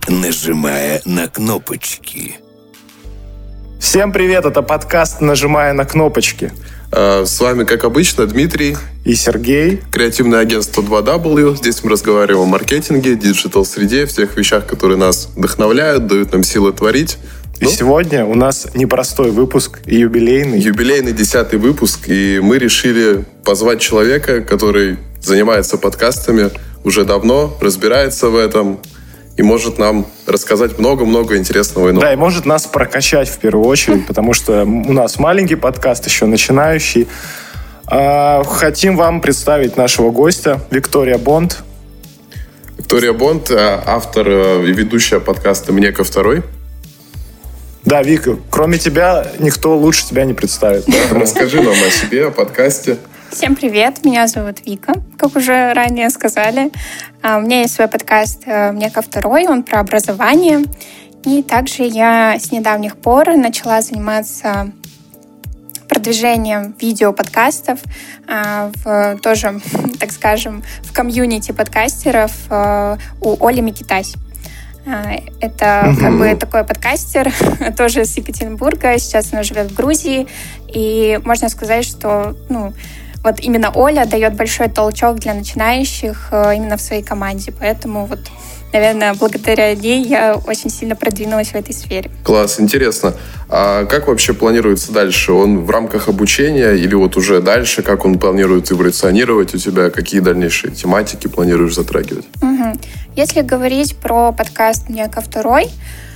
нажимая на кнопочки. Всем привет, это подкаст «Нажимая на кнопочки». С вами, как обычно, Дмитрий и Сергей. Креативное агентство 2W. Здесь мы разговариваем о маркетинге, диджитал-среде, всех вещах, которые нас вдохновляют, дают нам силы творить. И сегодня у нас непростой выпуск, юбилейный. Юбилейный 10-й выпуск, и мы решили позвать человека, который занимается подкастами уже давно, разбирается в этом и может нам рассказать много-много интересного и нового. Да, и может нас прокачать в первую очередь, потому что у нас маленький подкаст, еще начинающий. Хотим вам представить нашего гостя, Виктория Бонд. Виктория Бонд, автор и ведущая подкаста «Мне ко второй». Да, Вика, кроме тебя никто лучше тебя не представит. Расскажи нам о себе, о подкасте. Всем привет, меня зовут Вика, как уже ранее сказали. У меня есть свой подкаст «Мне ко второй», он про образование. И также я с недавних пор начала заниматься продвижением видеоподкастов тоже, так скажем, в комьюнити подкастеров у Оли Микитась. Это как бы такой подкастер, тоже с Екатеринбурга. Сейчас она живет в Грузии. И можно сказать, что вот именно Оля дает большой толчок для начинающих именно в своей команде. Поэтому вот, наверное, благодаря ей я очень сильно продвинулась в этой сфере. Класс, интересно. А как вообще планируется дальше? Он в рамках обучения или вот уже дальше? Как он планирует эволюционировать у тебя? Какие дальнейшие тематики планируешь затрагивать? Если говорить про подкаст «Мне ко второй»,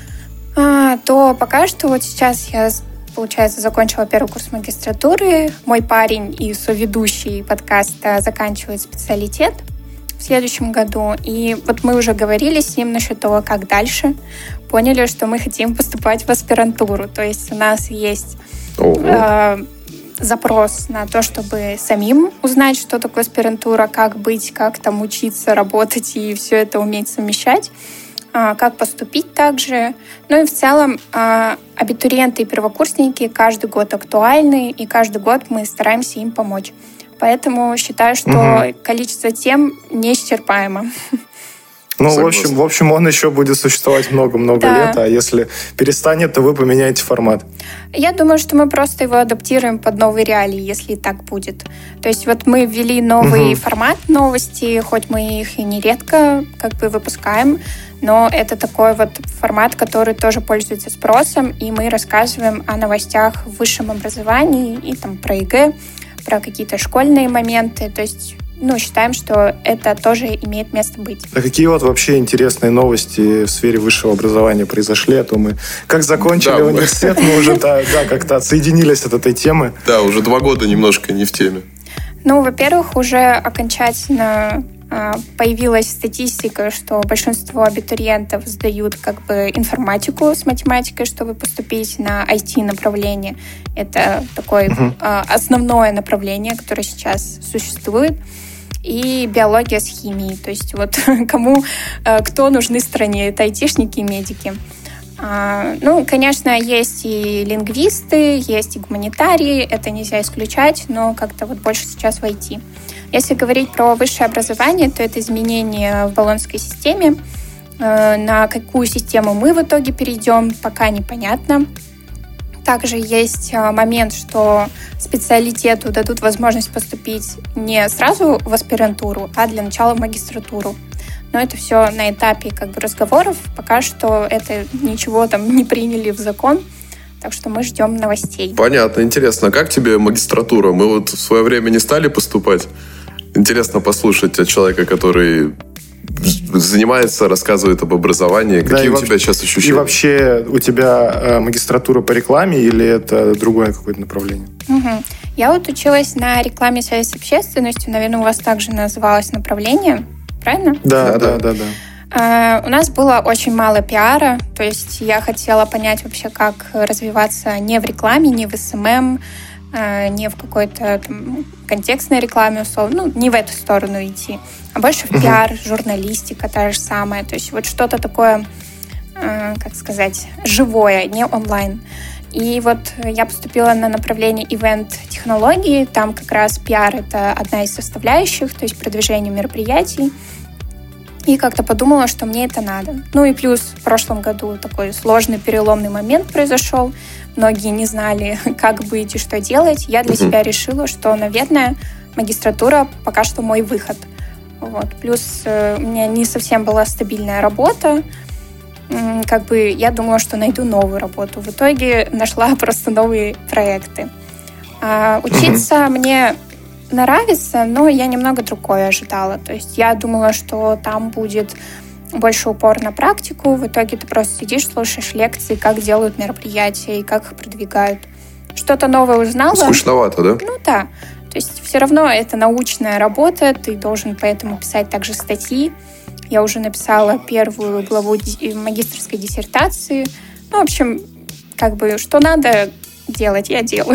то пока что вот сейчас я, получается, закончила первый курс магистратуры. Мой парень и соведущий подкаста заканчивает специалитет в следующем году. И вот мы уже говорили с ним насчет того, как дальше. Поняли, что мы хотим поступать в аспирантуру. То есть у нас есть запрос на то, чтобы самим узнать, что такое аспирантура, как быть, как там учиться, работать и все это уметь совмещать. Как поступить также. Ну и в целом абитуриенты и первокурсники каждый год актуальны, и каждый год мы стараемся им помочь. Поэтому считаю, что количество тем неисчерпаемо. В общем, он еще будет существовать много-много лет, а если перестанет, то вы поменяете формат. Я думаю, что мы просто его адаптируем под новые реалии, если так будет. То есть вот мы ввели новый формат новости, хоть мы их и нередко как бы выпускаем, но это такой вот формат, который тоже пользуется спросом, и мы рассказываем о новостях в высшем образовании и там про ЕГЭ, про какие-то школьные моменты, то есть считаем, что это тоже имеет место быть. А какие вот вообще интересные новости в сфере высшего образования произошли? А то мы, как закончили университет, мы уже как-то отсоединились от этой темы. Да, уже 2 года немножко не в теме. Во-первых, уже окончательно появилась статистика, что большинство абитуриентов сдают как бы информатику с математикой, чтобы поступить на IT-направление. Это такое основное направление, которое сейчас существует. И биология с химией. То есть вот кто нужны стране? Это айтишники и медики. Конечно, есть и лингвисты, есть и гуманитарии, это нельзя исключать, но как-то вот больше сейчас в IT. Если говорить про высшее образование, то это изменения в Болонской системе. На какую систему мы в итоге перейдем, пока непонятно. Также есть момент, что специалитету дадут возможность поступить не сразу в аспирантуру, а для начала в магистратуру. Но это все на этапе как бы разговоров. Пока что это ничего там не приняли в закон. Так что мы ждем новостей. Понятно, интересно. А как тебе магистратура? Мы вот в свое время не стали поступать. Интересно послушать от человека, который занимается, рассказывает об образовании. Какие у тебя сейчас ощущения? И вообще у тебя магистратура по рекламе или это другое какое-то направление? Я вот училась на рекламе связи с общественностью. Наверное, у вас также называлось направление. Правильно? Да. У нас было очень мало пиара, то есть я хотела понять вообще, как развиваться не в рекламе, не в СММ, не в какой-то там контекстной рекламе, условно, не в эту сторону идти, а больше в пиар, журналистика та же самая, то есть вот что-то такое, как сказать, живое, не онлайн. И вот я поступила на направление ивент-технологии, там как раз пиар — это одна из составляющих, то есть продвижение мероприятий. И как-то подумала, что мне это надо. Ну и плюс в прошлом году такой сложный переломный момент произошел. Многие не знали, как быть и что делать. Я для себя решила, что, наверное, магистратура пока что мой выход. Вот. Плюс у меня не совсем была стабильная работа. Как бы я думала, что найду новую работу. В итоге нашла просто новые проекты. Учиться мне нравится, но я немного другое ожидала. То есть я думала, что там будет больше упор на практику. В итоге ты просто сидишь, слушаешь лекции, как делают мероприятия и как их продвигают. Что-то новое узнала. Скучновато, да? Ну да. То есть все равно это научная работа, ты должен поэтому писать также статьи. Я уже написала первую главу магистерской диссертации. Ну, в общем, как бы, что надо делать, я делаю.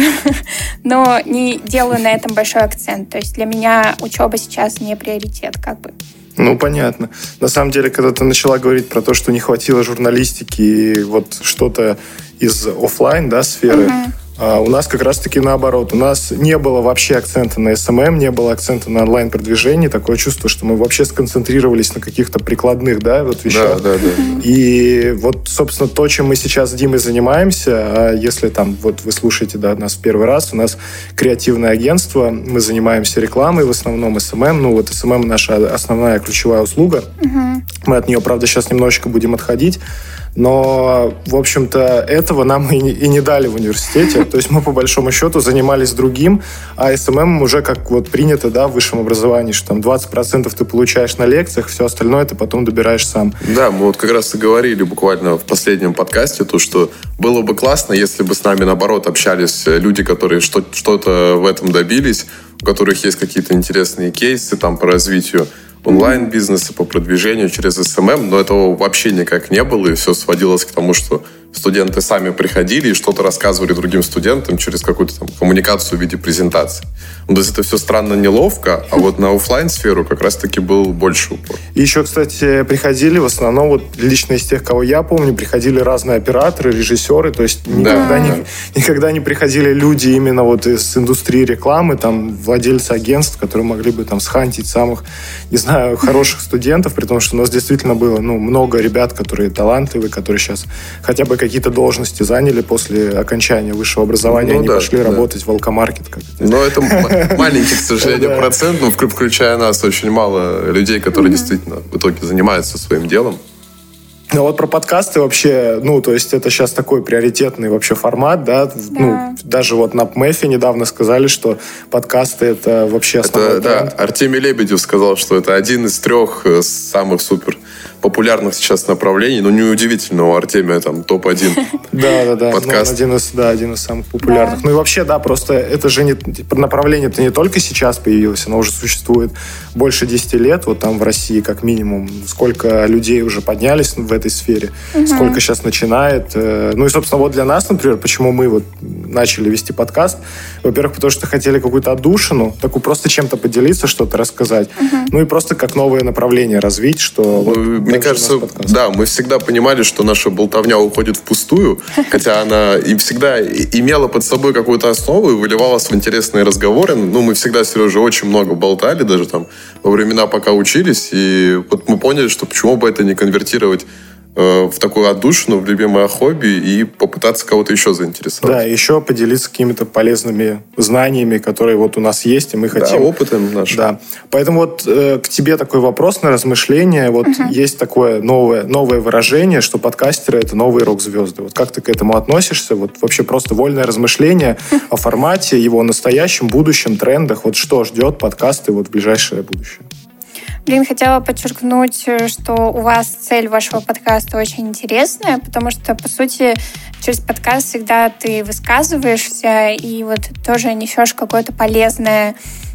Но не делаю на этом большой акцент. То есть для меня учеба сейчас не приоритет, как бы. Ну, понятно. На самом деле, когда ты начала говорить про то, что не хватило журналистики и вот что-то из офлайн, да, сферы, у нас как раз-таки наоборот. У нас не было вообще акцента на SMM, не было акцента на онлайн-продвижении. Такое чувство, что мы вообще сконцентрировались на каких-то прикладных, да, вот вещах. Да. И вот, собственно, то, чем мы сейчас с Димой занимаемся, если там, вот вы слушаете, да, нас в первый раз, у нас креативное агентство, мы занимаемся рекламой, в основном SMM. Ну, вот SMM наша основная ключевая услуга. Мы от нее, правда, сейчас немножечко будем отходить. Но, в общем-то, этого нам и не дали в университете. То есть мы, по большому счету, занимались другим, а SMM уже как вот принято, да, в высшем образовании, что там 20% ты получаешь на лекциях, все остальное ты потом добираешь сам. Да, мы вот как раз и говорили буквально в последнем подкасте, то, что было бы классно, если бы с нами, наоборот, общались люди, которые что-то в этом добились, у которых есть какие-то интересные кейсы там по развитию онлайн-бизнеса, по продвижению через SMM, но этого вообще никак не было, и все сводилось к тому, что студенты сами приходили и что-то рассказывали другим студентам через какую-то там коммуникацию в виде презентации. Ну, то есть это все странно неловко, а вот на офлайн-сферу как раз-таки был больше упор. И еще, кстати, приходили в основном, вот лично из тех, кого я помню, приходили разные операторы, режиссеры, то есть никогда не приходили люди именно вот из индустрии рекламы, там, владельцы агентств, которые могли бы там схантить самых, не знаю, хороших студентов, при том, что у нас действительно было, много ребят, которые талантливые, которые сейчас хотя бы какие-то должности заняли после окончания высшего образования, они пошли работать в алкомаркет. Но это маленький, к сожалению, процент, включая нас, очень мало людей, которые действительно в итоге занимаются своим делом. Ну вот про подкасты вообще, то есть это сейчас такой приоритетный вообще формат, да? Даже вот на ПМЭФе недавно сказали, что подкасты это вообще основной тренд. Да, Артемий Лебедев сказал, что это один из 3 самых супер популярных сейчас направлений. Ну, неудивительно, у Артемия там топ-1 подкаст. Один из самых популярных. Ну и вообще, да, просто это же направление-то не только сейчас появилось, оно уже существует больше 10 лет, вот там в России как минимум. Сколько людей уже поднялись в этой сфере, сколько сейчас начинает. Ну и, собственно, вот для нас, например, почему мы вот начали вести подкаст. Во-первых, потому что хотели какую-то отдушину, такую просто чем-то поделиться, что-то рассказать. Ну и просто как новое направление развить, что... Мне кажется, да, мы всегда понимали, что наша болтовня уходит впустую, хотя она и всегда имела под собой какую-то основу и выливалась в интересные разговоры. Ну, мы всегда с Сережей очень много болтали, даже там во времена, пока учились, и вот мы поняли, что почему бы это не конвертировать в такую отдушину, в любимое хобби и попытаться кого-то еще заинтересовать. Да, еще поделиться какими-то полезными знаниями, которые вот у нас есть, и мы хотим... Да, опытом нашим. Да. Поэтому вот к тебе такой вопрос на размышление. Вот есть такое новое выражение, что подкастеры — это новые рок-звезды. Вот как ты к этому относишься? Вот вообще просто вольное размышление о формате, его настоящем, будущем, трендах. Вот что ждет подкасты вот в ближайшее будущее? Хотела подчеркнуть, что у вас цель вашего подкаста очень интересная, потому что, по сути, через подкаст всегда ты высказываешься и вот тоже несешь какое-то полезное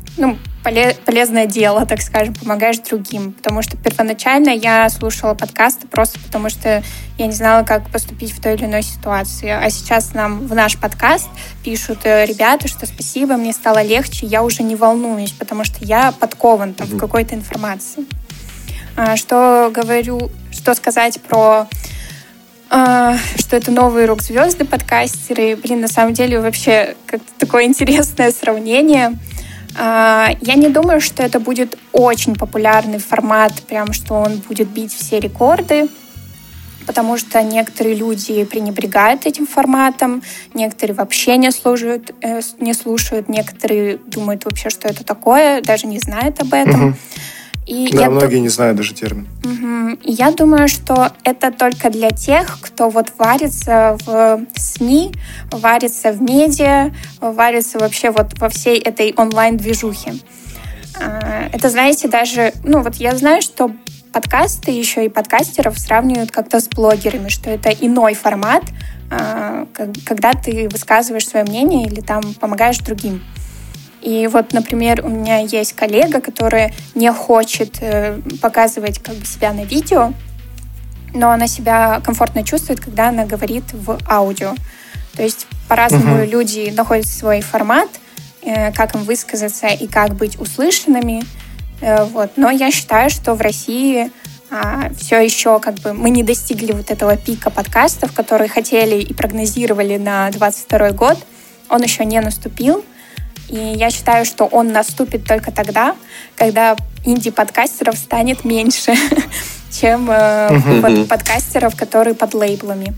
дело, так скажем, помогаешь другим. Потому что первоначально я слушала подкасты просто потому, что я не знала, как поступить в той или иной ситуации. А сейчас нам в наш подкаст пишут ребята, что спасибо, мне стало легче, я уже не волнуюсь, потому что я подкован там в какой-то информации. Что сказать про... что это новые рок-звезды, подкастеры. На самом деле вообще как-то такое интересное сравнение, Я не думаю, что это будет очень популярный формат, прям что он будет бить все рекорды, потому что некоторые люди пренебрегают этим форматом, некоторые вообще не слушают, некоторые думают вообще, что это такое, даже не знают об этом. Да, многие не знают даже термин. И я думаю, что это только для тех, кто вот варится в СМИ, варится в медиа, варится вообще вот во всей этой онлайн-движухе. Это, знаете, даже... вот я знаю, что подкасты еще и подкастеров сравнивают как-то с блогерами, что это иной формат, когда ты высказываешь свое мнение или там помогаешь другим. И вот, например, у меня есть коллега, которая не хочет показывать себя на видео, но она себя комфортно чувствует, когда она говорит в аудио. То есть по-разному люди находят свой формат, как им высказаться и как быть услышанными. Но я считаю, что в России все еще мы не достигли вот этого пика подкастов, которые хотели и прогнозировали на 2022 год. Он еще не наступил. И я считаю, что он наступит только тогда, когда инди-подкастеров станет меньше, чем подкастеров, которые под лейблами.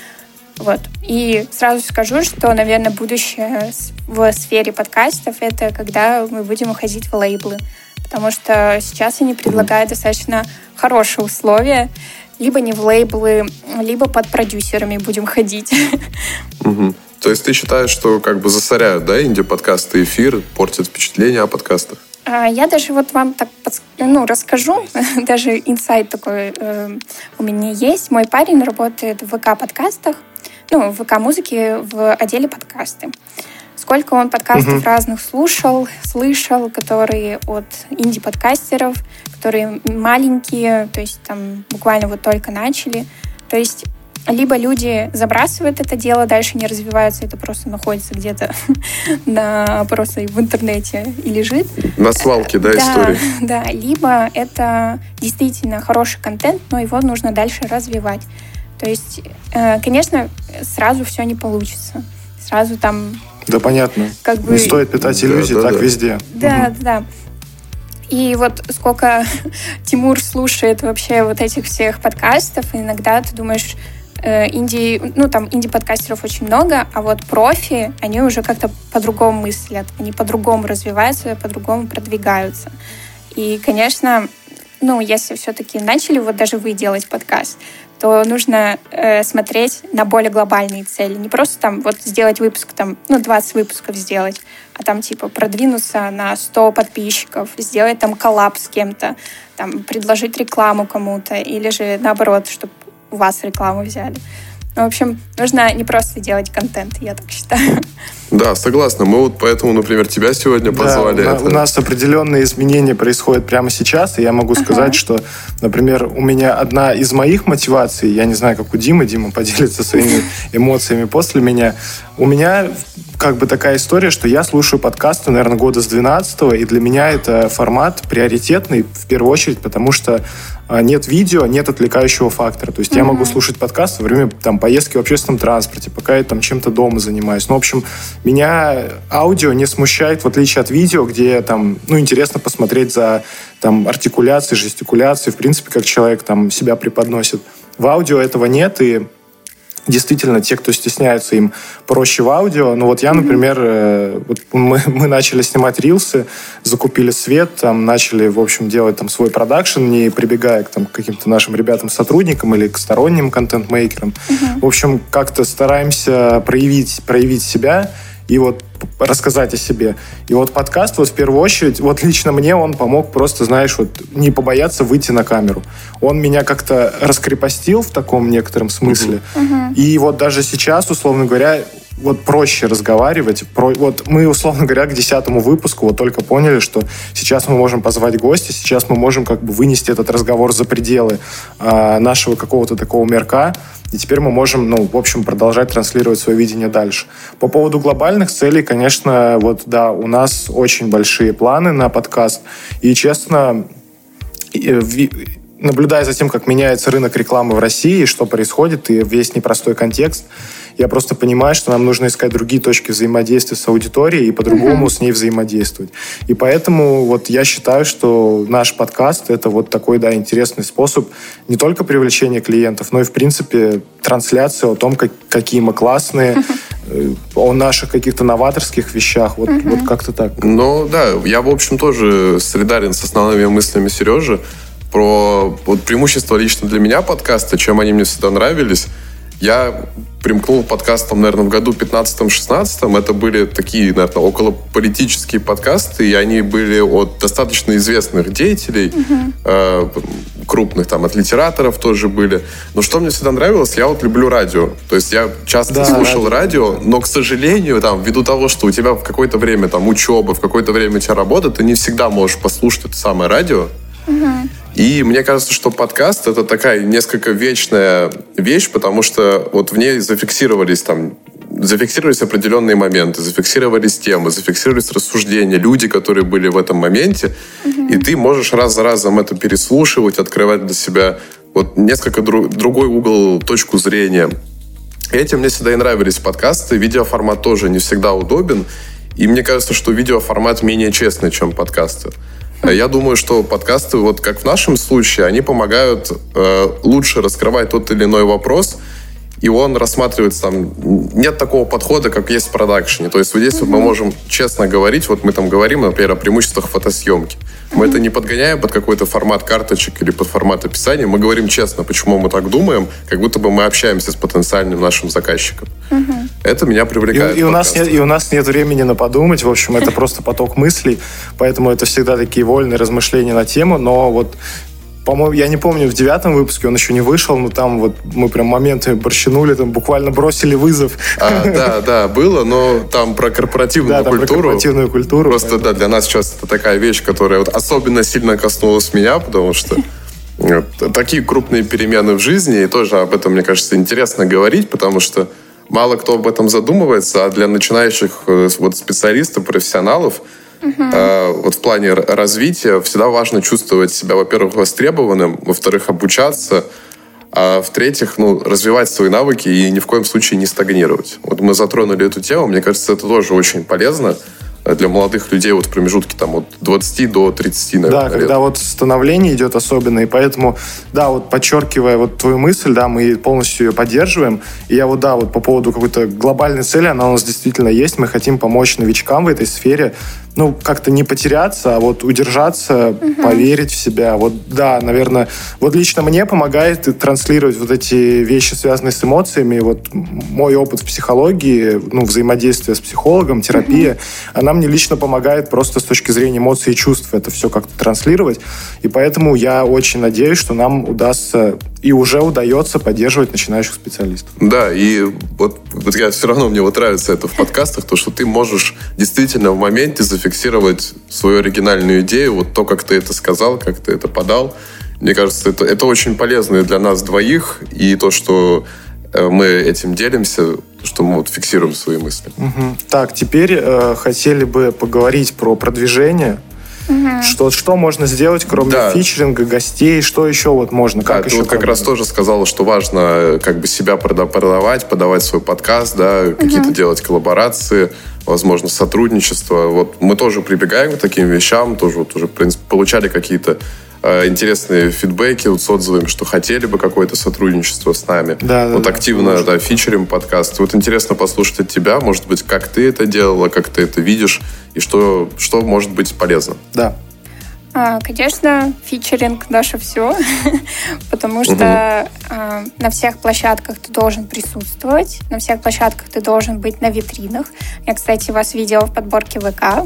И сразу скажу, что, наверное, будущее в сфере подкастов — это когда мы будем уходить в лейблы. Потому что сейчас они предлагают достаточно хорошие условия. Либо не в лейблы, либо под продюсерами будем ходить. То есть ты считаешь, что засоряют, да, инди-подкасты, эфир, портят впечатление о подкастах? Я даже вам так расскажу. Даже инсайт такой у меня есть. Мой парень работает в ВК-подкастах, в ВК-музыке в отделе подкасты. Сколько он подкастов разных слышал, которые от инди-подкастеров, которые маленькие, то есть там буквально только начали. То есть либо люди забрасывают это дело, дальше не развиваются, это просто находится где-то просто в интернете и лежит. На свалке, истории. Да, либо это действительно хороший контент, но его нужно дальше развивать. То есть, конечно, сразу все не получится. Сразу там... Да, понятно. Не стоит питать иллюзий везде. Да. И сколько Тимур слушает вообще этих всех подкастов, иногда ты думаешь, инди-подкастеров очень много, а профи, они уже как-то по-другому мыслят, они по-другому развиваются, по-другому продвигаются. И, конечно, если все-таки начали даже вы делать подкаст, то нужно смотреть на более глобальные цели. Не просто сделать выпуск, 20 выпусков сделать, а продвинуться на 100 подписчиков, сделать коллаб с кем-то, предложить рекламу кому-то, или же наоборот, чтобы у вас рекламу взяли. В общем, нужно не просто делать контент, я так считаю. Да, согласна. Мы поэтому, например, тебя сегодня позвали. Да, у нас определенные изменения происходят прямо сейчас, и я могу сказать, что, например, у меня одна из моих мотиваций, я не знаю, как у Димы, Дима поделится своими эмоциями после меня, у меня такая история, что я слушаю подкасты, наверное, года с 12-го, и для меня это формат приоритетный, в первую очередь, потому что нет видео, нет отвлекающего фактора. То есть я могу слушать подкасты во время поездки в общественном транспорте, пока я чем-то дома занимаюсь. В общем, меня аудио не смущает, в отличие от видео, где интересно посмотреть за артикуляцией, жестикуляцией, в принципе, как человек себя преподносит. В аудио этого нет, и действительно, те, кто стесняется, им проще в аудио. Я, например, мы начали снимать рилсы, закупили свет, начали, в общем, делать свой продакшн, не прибегая к каким-то нашим ребятам-сотрудникам или к сторонним контент-мейкерам. В общем, как-то стараемся проявить себя и рассказать о себе. И подкаст, в первую очередь, лично мне он помог просто, не побояться выйти на камеру. Он меня как-то раскрепостил в таком некотором смысле. И даже сейчас, условно говоря, проще разговаривать. Мы, условно говоря, к 10-му выпуску только поняли, что сейчас мы можем позвать гостя, сейчас мы можем вынести этот разговор за пределы нашего какого-то такого мирка, и теперь мы можем, в общем, продолжать транслировать свое видение дальше. По поводу глобальных целей, конечно, у нас очень большие планы на подкаст. И, честно, наблюдая за тем, как меняется рынок рекламы в России, что происходит, и весь непростой контекст, я просто понимаю, что нам нужно искать другие точки взаимодействия с аудиторией и по-другому с ней взаимодействовать. И поэтому вот я считаю, что наш подкаст — это вот такой, да, интересный способ не только привлечения клиентов, но и, в принципе, трансляции о том, какие мы классные, о наших каких-то новаторских вещах. Вот как-то так. Ну, да, я, в общем, тоже солидарен с основными мыслями Сережи про вот преимущество лично для меня подкаста, чем они мне всегда нравились. Я примкнул к подкастам, наверное, в году 15-16. Это были такие, наверное, околополитические подкасты, и они были от достаточно известных деятелей, крупных, там, от литераторов тоже были. Но что мне всегда нравилось, я вот люблю радио. То есть я часто слушал радио, но, к сожалению, там, ввиду того, что у тебя в какое-то время там учеба, в какое-то время у тебя работа, ты не всегда можешь послушать это самое радио. И мне кажется, что подкаст — это такая несколько вечная вещь, потому что вот в ней зафиксировались определенные моменты, зафиксировались темы, зафиксировались рассуждения, люди, которые были в этом моменте, и ты можешь раз за разом это переслушивать, открывать для себя вот несколько другой угол, точку зрения. Этим мне всегда и нравились подкасты. Видеоформат тоже не всегда удобен, и мне кажется, что видеоформат менее честный, чем подкасты. Я думаю, что подкасты, вот как в нашем случае, они помогают лучше раскрывать тот или иной вопрос, и он рассматривается там... Нет такого подхода, как есть в продакшене. То есть вот здесь мы можем честно говорить, вот мы там говорим, например, о преимуществах фотосъемки. Мы это не подгоняем под какой-то формат карточек или под формат описания. Мы говорим честно, почему мы так думаем, как будто бы мы общаемся с потенциальным нашим заказчиком. Это меня привлекает. И у нас нет времени на подумать. В общем, это просто поток мыслей. Поэтому это всегда такие вольные размышления на тему. Но вот, по-моему, я не помню, в 9-м выпуске он еще не вышел, но там вот мы прям моментами борщанули, там буквально бросили вызов. Да, было, но там про корпоративную культуру. Про корпоративную культуру. Просто, поэтому... для нас сейчас это такая вещь, которая вот особенно сильно коснулась меня, потому что такие крупные перемены в жизни, и тоже об этом, мне кажется, интересно говорить, потому что мало кто об этом задумывается, а для начинающих вот специалистов, профессионалов, вот в плане развития всегда важно чувствовать себя, во-первых, востребованным, во-вторых, обучаться, а в-третьих, развивать свои навыки и ни в коем случае не стагнировать. Вот мы затронули эту тему, мне кажется, это тоже очень полезно для молодых людей вот в промежутке там, от 20 до 30, наверное. Да, когда вот становление идет особенно, и поэтому, да, вот подчеркивая вот твою мысль, да, мы полностью ее поддерживаем. И я вот, да, вот по поводу какой-то глобальной цели, она у нас действительно есть. Мы хотим помочь новичкам в этой сфере, как-то не потеряться, а вот удержаться, поверить в себя. Вот, да, наверное, вот лично мне помогает транслировать вот эти вещи, связанные с эмоциями. Вот мой опыт в психологии, взаимодействие с психологом, терапия, она мне лично помогает просто с точки зрения эмоций и чувств это все как-то транслировать. И поэтому я очень надеюсь, что нам удастся и уже удается поддерживать начинающих специалистов. Да, и вот я все равно, мне вот нравится это в подкастах, то, что ты можешь действительно в моменте зафиксировать свою оригинальную идею, вот то, как ты это сказал, как ты это подал. Мне кажется, это очень полезно и для нас двоих, и то, что мы этим делимся, что мы вот фиксируем свои мысли. Так, теперь хотели бы поговорить про продвижение. Что можно сделать, кроме фичеринга, гостей, что еще вот можно? Как ты вот как раз тоже сказала, что важно как бы себя продавать, подавать свой подкаст, да, какие-то делать коллаборации, возможно, сотрудничество. Вот мы тоже прибегаем к таким вещам, тоже вот уже, в принципе, получали какие-то интересные фидбэки вот с отзывами, что хотели бы какое-то сотрудничество с нами. Активно фичерим подкаст. Вот интересно послушать от тебя, может быть, как ты это делала, как ты это видишь, и что может быть полезно. Да. Конечно, фичеринг наше все, потому что на всех площадках ты должен присутствовать, на всех площадках ты должен быть на витринах. Я, кстати, вас видела в подборке ВК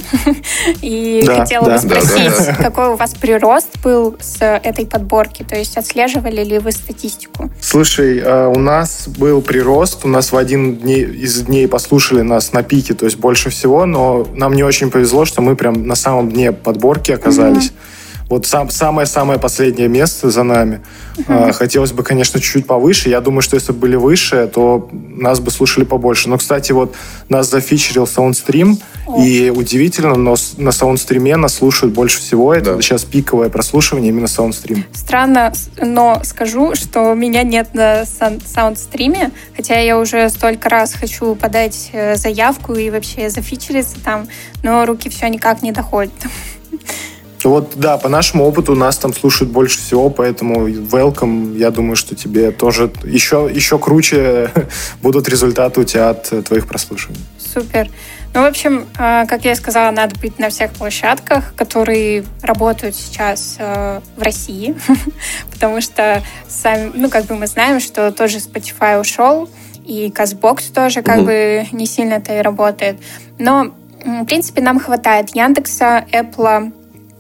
и хотела бы спросить, какой у вас прирост был с этой подборки, то есть отслеживали ли вы статистику? Слушай, у нас был прирост, у нас в один из дней послушали нас на пике, то есть больше всего, но нам не очень повезло, что мы прям на самом дне подборки оказались. Вот самое-самое последнее место за нами. Хотелось бы, конечно, чуть-чуть повыше. Я думаю, что если бы были выше, то нас бы слушали побольше. Но, кстати, вот нас зафичерил Soundstream, И удивительно, но на саундстриме нас слушают больше всего. Это сейчас пиковое прослушивание именно саундстрим. Странно, но скажу, что меня нет на саундстриме, хотя я уже столько раз хочу подать заявку и вообще зафичериться там, но руки все никак не доходят. Вот, да, по нашему опыту нас там слушают больше всего, поэтому welcome. Я думаю, что тебе тоже еще круче будут результаты у тебя от твоих прослушиваний. Супер. Ну, в общем, как я сказала, надо быть на всех площадках, которые работают сейчас в России, потому что сами, мы знаем, что тоже Spotify ушел, и CastBox тоже не сильно-то и работает. Но, в принципе, нам хватает Яндекса, Apple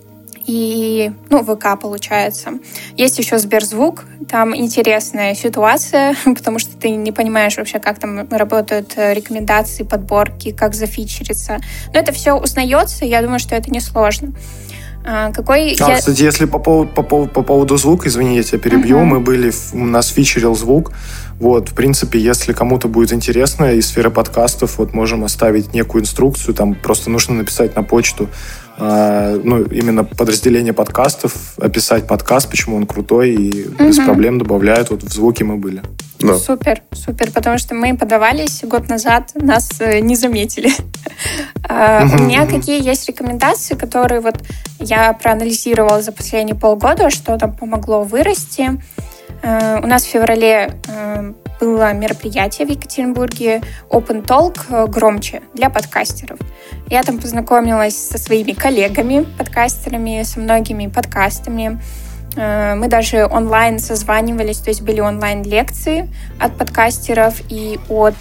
и, ВК, получается. Есть еще Сберзвук. Там интересная ситуация, потому что ты не понимаешь вообще, как там работают рекомендации, подборки, как зафичериться. Но это все узнается, и я думаю, что это несложно. Кстати, если по поводу звука, извини, я тебя перебью, у нас фичерил звук. Вот, в принципе, если кому-то будет интересно из сферы подкастов, вот можем оставить некую инструкцию, там просто нужно написать на почту, именно подразделение подкастов, описать подкаст, почему он крутой, и без проблем добавляют. Вот в звуке мы были. Да. Супер, потому что мы подавались год назад, нас не заметили. У меня какие есть рекомендации, которые вот я проанализировала за последние полгода, что там помогло вырасти. У нас в феврале было мероприятие в Екатеринбурге Open Talk «Громче» для подкастеров. Я там познакомилась со своими коллегами-подкастерами, со многими подкастами. Мы даже онлайн созванивались, то есть были онлайн-лекции от подкастеров и от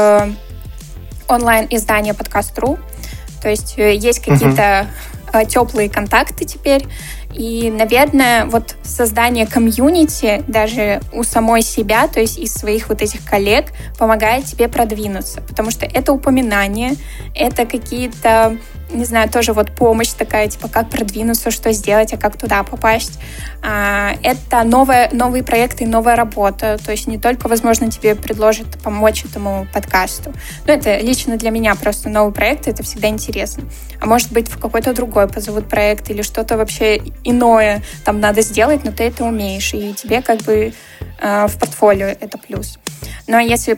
онлайн-издания «Подкаст.ру». То есть есть какие-то теплые контакты теперь. И, наверное, вот создание комьюнити даже у самой себя, то есть из своих вот этих коллег, помогает тебе продвинуться. Потому что это упоминание, это какие-то, не знаю, тоже вот помощь такая, типа, как продвинуться, что сделать, а как туда попасть. Это новые проекты и новая работа. То есть не только, возможно, тебе предложат помочь этому подкасту. Но это лично для меня просто новый проект, это всегда интересно. А может быть, в какой-то другой позовут проект или что-то вообще иное там надо сделать, но ты это умеешь, и тебе в портфолио это плюс. Но если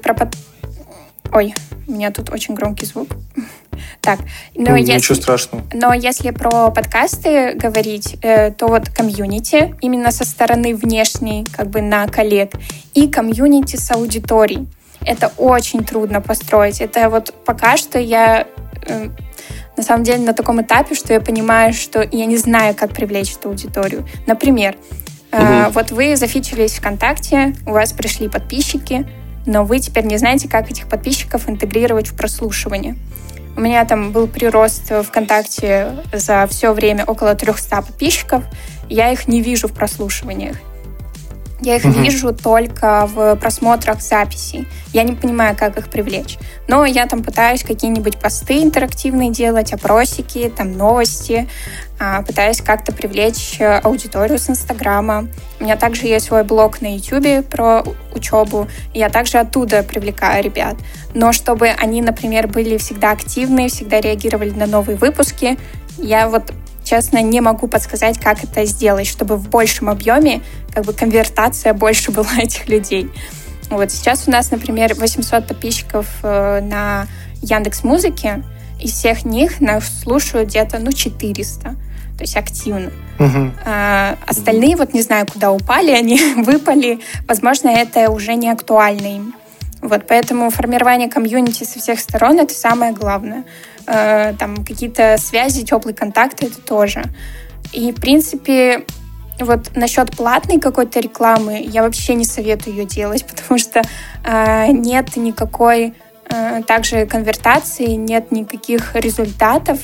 Ой, у меня тут очень громкий звук. Так, ничего страшного. Но если про подкасты говорить, то вот комьюнити именно со стороны внешней, на коллег, и комьюнити с аудиторией. Это очень трудно построить. Это вот пока что я на самом деле на таком этапе, что я понимаю, что я не знаю, как привлечь эту аудиторию. Например, вот вы зафичерились ВКонтакте, у вас пришли подписчики, но вы теперь не знаете, как этих подписчиков интегрировать в прослушивание. У меня там был прирост ВКонтакте за все время около 300 подписчиков. Я их не вижу в прослушиваниях. Я их вижу только в просмотрах записей. Я не понимаю, как их привлечь. Но я там пытаюсь какие-нибудь посты интерактивные делать, опросики, там новости. Пытаюсь как-то привлечь аудиторию с Инстаграма. У меня также есть свой блог на Ютубе про учебу. И я также оттуда привлекаю ребят. Но чтобы они, например, были всегда активны, всегда реагировали на новые выпуски, я вот честно, не могу подсказать, как это сделать, чтобы в большем объеме конвертация больше была этих людей. Вот сейчас у нас, например, 800 подписчиков на Яндекс.Музыке. Из всех них нас слушают где-то 400. То есть активно. Остальные, не знаю, куда упали, они выпали. Возможно, это уже не актуально им. Вот, поэтому формирование комьюнити со всех сторон — это самое главное. Там какие-то связи, теплые контакты — это тоже. И, в принципе, вот насчет платной какой-то рекламы я вообще не советую ее делать, потому что нет никакой также конвертации, нет никаких результатов,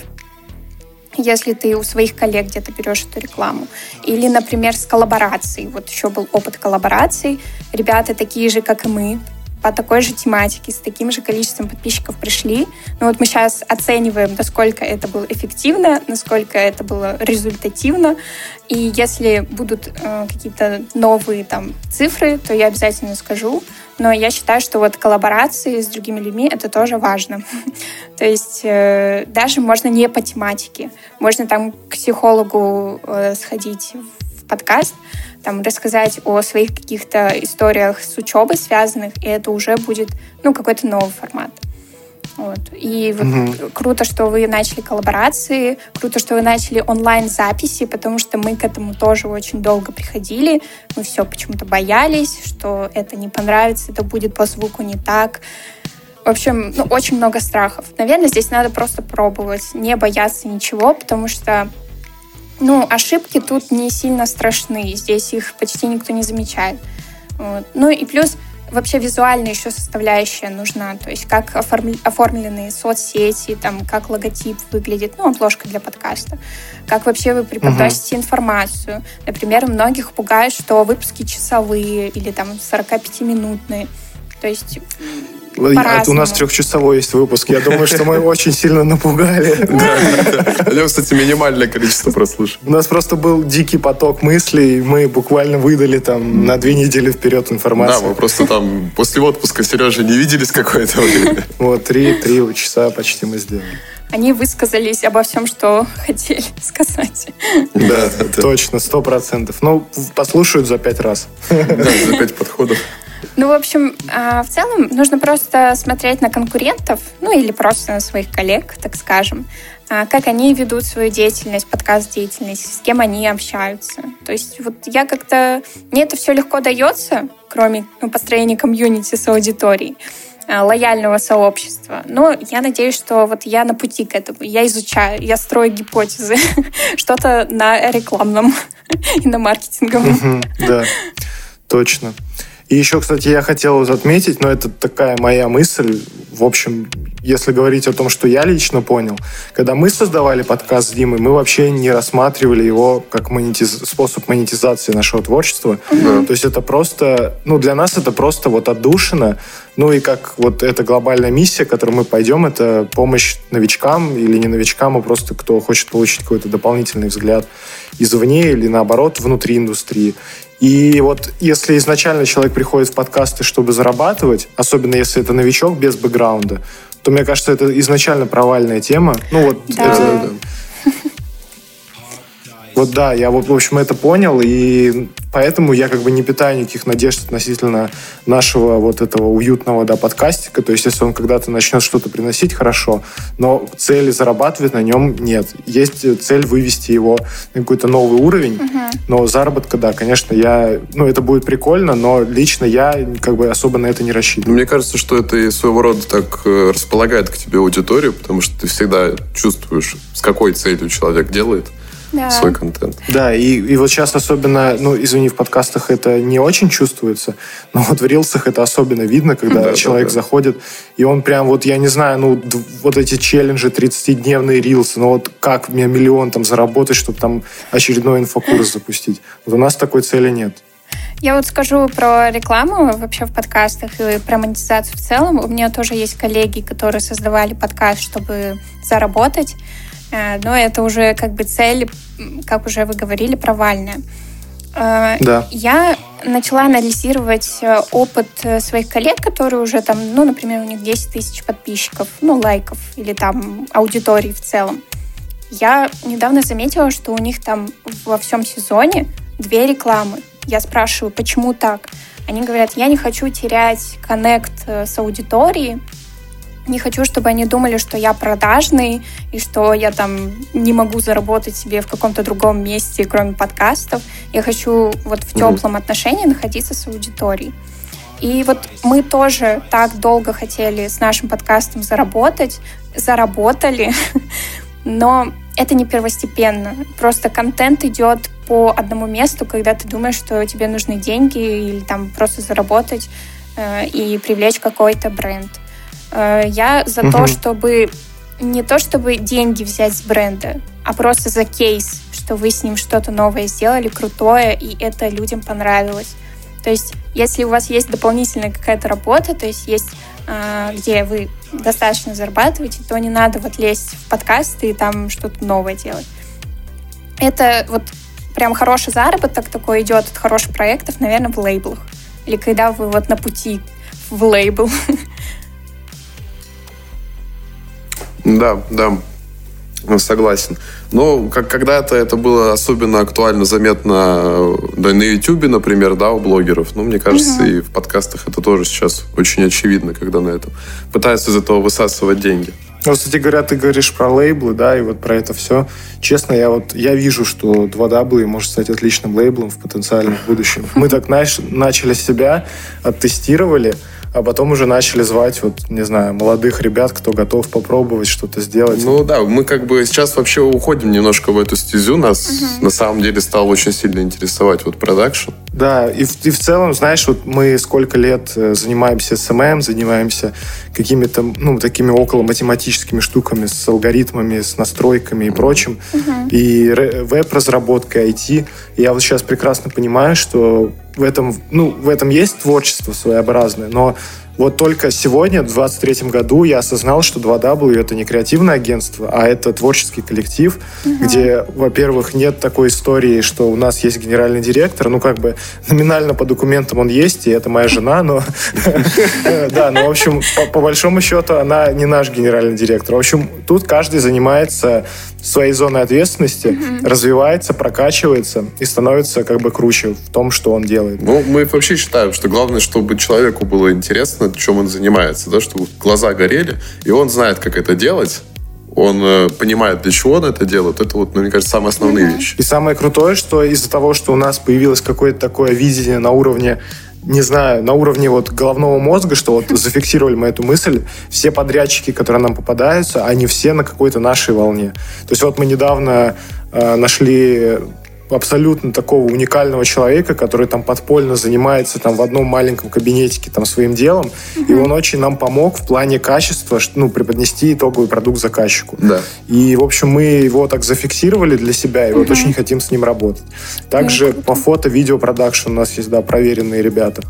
если ты у своих коллег где-то берешь эту рекламу. Или, например, с коллаборацией. Вот еще был опыт коллабораций. Ребята такие же, как и мы, по такой же тематике, с таким же количеством подписчиков пришли. Но вот мы сейчас оцениваем, насколько это было эффективно, насколько это было результативно. И если будут какие-то новые там цифры, то я обязательно скажу. Но я считаю, что вот коллаборации с другими людьми — это тоже важно. То есть даже можно не по тематике. Можно там к психологу сходить в подкаст, там, рассказать о своих каких-то историях с учебой связанных, и это уже будет, какой-то новый формат. Вот. И вот круто, что вы начали коллаборации, круто, что вы начали онлайн-записи, потому что мы к этому тоже очень долго приходили. Мы все почему-то боялись, что это не понравится, это будет по звуку не так. В общем, очень много страхов. Наверное, здесь надо просто пробовать, не бояться ничего, потому что ошибки тут не сильно страшны. Здесь их почти никто не замечает. Вот. И плюс вообще визуальная еще составляющая нужна. То есть как оформлены соцсети, там, как логотип выглядит, обложка для подкаста. Как вообще вы преподносите информацию. Например, многих пугает, что выпуски часовые или там 45-минутные. То есть у нас 3-часовой есть выпуск. Я думаю, что мы очень сильно напугали. Да. У него, кстати, минимальное количество прослушиваний. У нас просто был дикий поток мыслей. Мы буквально выдали там на 2 недели вперед информацию. Да, мы просто там после отпуска Сережи не виделись какое-то время. Вот, 3 часа почти мы сделали. Они высказались обо всем, что хотели сказать. Да, точно, 100%. Послушают за 5 раз. Да, за 5 подходов. В общем, в целом нужно просто смотреть на конкурентов, или просто на своих коллег, так скажем, как они ведут свою деятельность, подкаст-деятельность, с кем они общаются. То есть вот я как-то... Мне это все легко дается, кроме построения комьюнити с аудиторией, лояльного сообщества. Но я надеюсь, что вот я на пути к этому. Я изучаю, я строю гипотезы. Что-то на рекламном и на маркетинговом. Да, точно. И еще, кстати, я хотел отметить, но это такая моя мысль, в общем, если говорить о том, что я лично понял, когда мы создавали подкаст с Димой, мы вообще не рассматривали его как способ монетизации нашего творчества. То есть это просто, для нас это просто вот отдушина, и как вот эта глобальная миссия, к которой мы пойдем, это помощь новичкам или не новичкам, а просто кто хочет получить какой-то дополнительный взгляд извне или наоборот внутри индустрии. И вот если изначально человек приходит в подкасты, чтобы зарабатывать, особенно если это новичок без бэкграунда, то, мне кажется, это изначально провальная тема. Вот да, я, в общем, это понял, и поэтому я не питаю никаких надежд относительно нашего вот этого уютного, подкастика. То есть, если он когда-то начнет что-то приносить, хорошо, но цели зарабатывать на нем нет. Есть цель вывести его на какой-то новый уровень, но заработка, да, конечно, это будет прикольно, но лично я особо на это не рассчитываю. Мне кажется, что это и своего рода так располагает к тебе аудиторию, потому что ты всегда чувствуешь, с какой целью человек делает свой контент. Да, и вот сейчас особенно, извини, в подкастах это не очень чувствуется, но вот в рилсах это особенно видно, когда человек заходит, и он прям я не знаю, вот эти челленджи, 30-дневные рилсы, как мне миллион там заработать, чтобы там очередной инфокурс запустить. Вот у нас такой цели нет. Я скажу про рекламу вообще в подкастах и про монетизацию в целом. У меня тоже есть коллеги, которые создавали подкаст, чтобы заработать. Но это уже цель, как уже вы говорили, провальная. Да. Я начала анализировать опыт своих коллег, которые уже там, например, у них 10 тысяч подписчиков, лайков или там аудитории в целом. Я недавно заметила, что у них там во всем сезоне 2 рекламы. Я спрашиваю, почему так? Они говорят, я не хочу терять коннект с аудиторией, не хочу, чтобы они думали, что я продажный и что я там не могу заработать себе в каком-то другом месте, кроме подкастов. Я хочу в теплом отношении находиться с аудиторией. И мы тоже так долго хотели с нашим подкастом заработать, заработали, но это не первостепенно. Просто контент идет по одному месту, когда ты думаешь, что тебе нужны деньги или там просто заработать и привлечь какой-то бренд. Я за то, чтобы не то, чтобы деньги взять с бренда, а просто за кейс, что вы с ним что-то новое сделали, крутое, и это людям понравилось. То есть, если у вас есть дополнительная какая-то работа, то есть где вы достаточно зарабатываете, то не надо вот лезть в подкасты и там что-то новое делать. Это вот прям хороший заработок такой идет от хороших проектов, наверное, в лейблах. Или когда вы вот на пути в лейбл. Да, согласен. Но когда-то это было особенно актуально, заметно на YouTube, например, да, у блогеров. Ну, мне кажется, и в подкастах это тоже сейчас очень очевидно, когда на этом пытаются из этого высасывать деньги. Вот, кстати говоря, ты говоришь про лейблы, да, и вот про это все. Честно, я вижу, что 2W может стать отличным лейблом в потенциальном будущем. Мы так, знаешь, начали себя, оттестировали, а потом уже начали звать, вот, не знаю, молодых ребят, кто готов попробовать что-то сделать. Ну да, мы как бы сейчас вообще уходим немножко в эту стезю. Нас на самом деле стало очень сильно интересовать вот продакшн. Да, и в целом, знаешь, вот мы сколько лет занимаемся SMM, занимаемся какими-то, ну, такими около математическими штуками с алгоритмами, с настройками и прочим, и веб-разработкой, IT. И я вот сейчас прекрасно понимаю, что в этом есть творчество своеобразное, но вот только сегодня, в 2023 году, я осознал, что 2W — это не креативное агентство, а это творческий коллектив, где, во-первых, нет такой истории, что у нас есть генеральный директор, ну, как бы номинально по документам он есть, и это моя жена, но... Да, но, в общем, по большому счету, она не наш генеральный директор. В общем, тут каждый занимается своей зоной ответственности, развивается, прокачивается и становится как бы круче в том, что он делает. Ну, мы вообще считаем, что главное, чтобы человеку было интересно, чем он занимается, да, чтобы глаза горели, и он знает, как это делать, он понимает, для чего он это делает. Это вот, мне кажется, самые основные вещи. И самое крутое, что из-за того, что у нас появилось какое-то такое видение на уровне, не знаю, на уровне вот головного мозга, что вот зафиксировали мы эту мысль, все подрядчики, которые нам попадаются, они все на какой-то нашей волне. То есть вот мы недавно нашли абсолютно такого уникального человека, который там подпольно занимается там в одном маленьком кабинетике там своим делом, и он очень нам помог в плане качества, ну, преподнести итоговый продукт заказчику. Да. И, в общем, мы его так зафиксировали для себя, и вот очень хотим с ним работать. Также по фото-видео-продакшн у нас есть, да, проверенные ребята,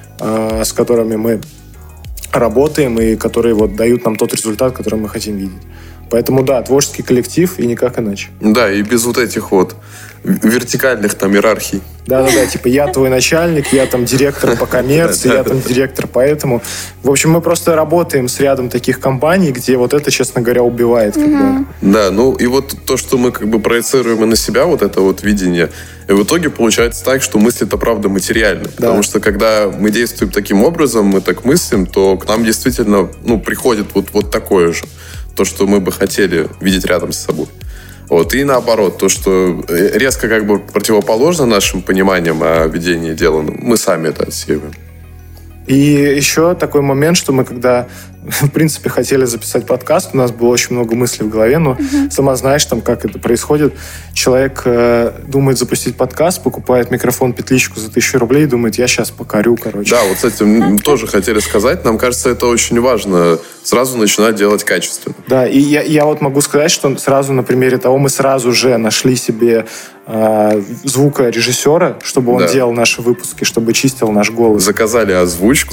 с которыми мы работаем, и которые вот дают нам тот результат, который мы хотим видеть. Поэтому, да, творческий коллектив и никак иначе. Да, и без вот этих вот вертикальных там иерархий. Да-да-да, типа я твой начальник, я там директор по коммерции, я там директор по этому. В общем, мы просто работаем с рядом таких компаний, где вот это, честно говоря, убивает. Да, ну и вот то, что мы как бы проецируем и на себя, вот это вот видение, и в итоге получается так, что мысли-то правда материальны. Потому что когда мы действуем таким образом, мы так мыслим, то к нам действительно, ну, приходит вот такое же. То, что мы бы хотели видеть рядом с собой. Вот. И наоборот, то, что резко как бы противоположно нашим пониманиям о ведении дела, мы сами это отсеиваем. И еще такой момент, что мы когда, в принципе, хотели записать подкаст, у нас было очень много мыслей в голове, но сама знаешь, там, как это происходит. Человек думает запустить подкаст, покупает микрофон, петличку за 1000 рублей и думает, я сейчас покорю, короче. Да, вот с этим тоже хотели сказать. Нам кажется, это очень важно, сразу начинать делать качественно. Да, и я вот могу сказать, что сразу на примере того мы сразу же нашли себе звукорежиссера, чтобы он делал наши выпуски, чтобы чистил наш голос. Заказали озвучку.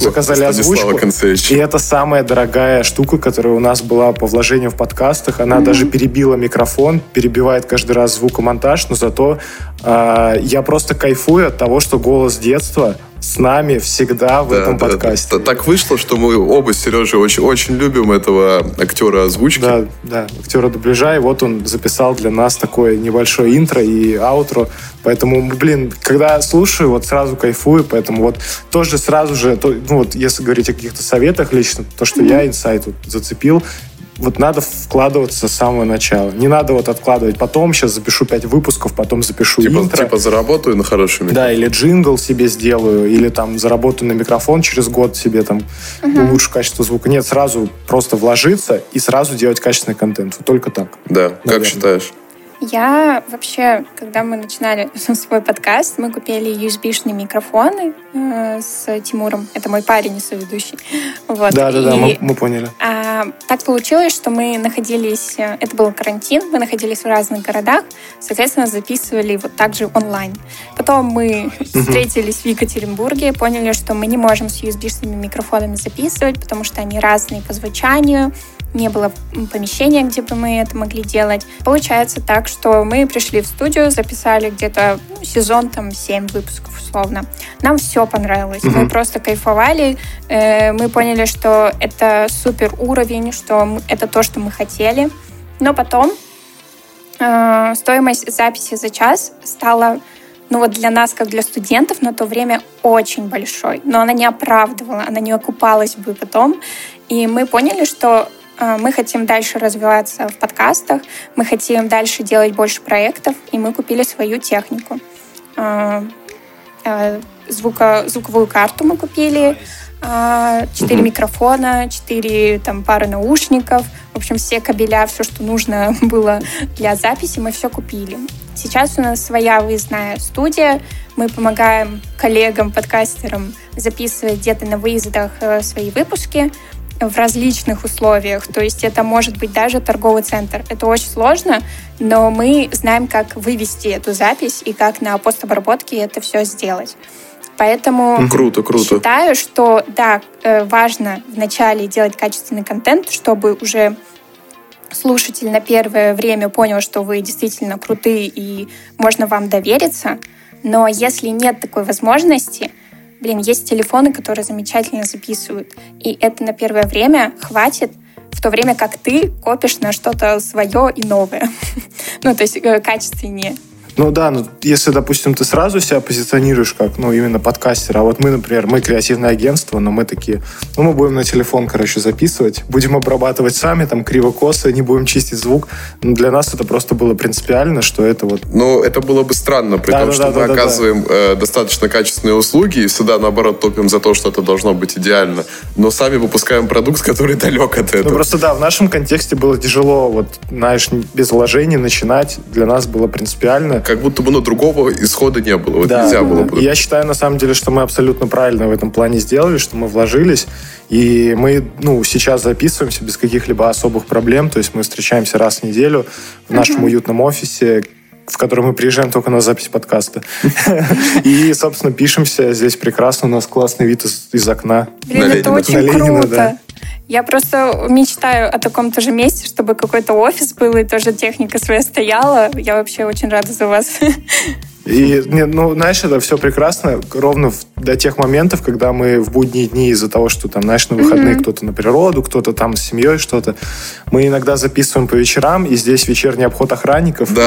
И это самая дорогая штука, которая у нас была по вложению в подкастах. Она даже перебила микрофон, перебивает каждый раз звукомонтаж, но зато я просто кайфую от того, что голос детства с нами всегда в этом подкасте. Так вышло, что мы оба с Сережей очень любим этого актера озвучки. Да, актера дубляжа, и вот он записал для нас такое небольшое интро и аутро. Поэтому, когда слушаю, вот сразу кайфую, поэтому вот тоже сразу же, ну вот если говорить о каких-то советах лично, то, что я инсайт вот зацепил, вот надо вкладываться с самого начала. Не надо вот откладывать. Потом сейчас запишу 5 выпусков, потом запишу интро. Типа заработаю на хороший микрофон. Да, или джингл себе сделаю, или там заработаю на микрофон через год себе там улучшу качество звука. Нет, сразу просто вложиться и сразу делать качественный контент. Вот только так. Да, наверное. Как считаешь? Я вообще, когда мы начинали свой подкаст, мы купили USB-шные микрофоны с Тимуром. Это мой парень и соведущий. Вот. Да, мы поняли. Так получилось, что мы находились, это был карантин, мы находились в разных городах, соответственно, записывали вот так же онлайн. Потом мы встретились в Екатеринбурге, поняли, что мы не можем с USB-шными микрофонами записывать, потому что они разные по звучанию, не было помещения, где бы мы это могли делать. Получается так, что мы пришли в студию, записали где-то сезон, 7 выпусков условно. Нам все понравилось. Мы просто кайфовали. Мы поняли, что это супер уровень, что это то, что мы хотели. Но потом стоимость записи за час стала, для нас, как для студентов, на то время очень большой. Но она не оправдывала, она не окупалась бы потом. И мы поняли, что мы хотим дальше развиваться в подкастах, мы хотим дальше делать больше проектов, и мы купили свою технику. Звуковую карту мы купили, 4 микрофона, 4 пары наушников, в общем, все кабеля, все, что нужно было для записи, мы все купили. Сейчас у нас своя выездная студия, мы помогаем коллегам, подкастерам записывать где-то на выездах свои выпуски, в различных условиях. То есть это может быть даже торговый центр. Это очень сложно, но мы знаем, как вывести эту запись и как на постобработке это все сделать. Поэтому круто. Считаю, что да, важно вначале делать качественный контент, чтобы уже слушатель на первое время понял, что вы действительно крутые и можно вам довериться. Но если нет такой возможности, есть телефоны, которые замечательно записывают. И это на первое время хватит, в то время как ты копишь на что-то свое и новое. То есть качественнее. Если, допустим, ты сразу себя позиционируешь как, именно подкастер, а вот мы, например, мы креативное агентство, но мы такие, мы будем на телефон, записывать, будем обрабатывать сами, криво-косо, не будем чистить звук. Для нас это просто было принципиально, что это вот... это было бы странно, при том, что мы оказываем достаточно качественные услуги и всегда, наоборот, топим за то, что это должно быть идеально, но сами выпускаем продукт, который далек от этого. В нашем контексте было тяжело, без вложений начинать, для нас было принципиально. Как будто бы другого исхода не было. Нельзя было бы. Я считаю, на самом деле, что мы абсолютно правильно в этом плане сделали, что мы вложились, и мы сейчас записываемся без каких-либо особых проблем, то есть мы встречаемся раз в неделю в нашем уютном офисе, в который мы приезжаем только на запись подкаста. И, собственно, пишемся. Здесь прекрасно, у нас классный вид из окна. Это очень круто. Я просто мечтаю о таком тоже месте, чтобы какой-то офис был, и тоже техника своя стояла. Я вообще очень рада за вас. И, это все прекрасно ровно до тех моментов, когда мы в будние дни из-за того, что на выходные кто-то на природу, кто-то с семьей что-то, мы иногда записываем по вечерам, и здесь вечерний обход охранников. Да.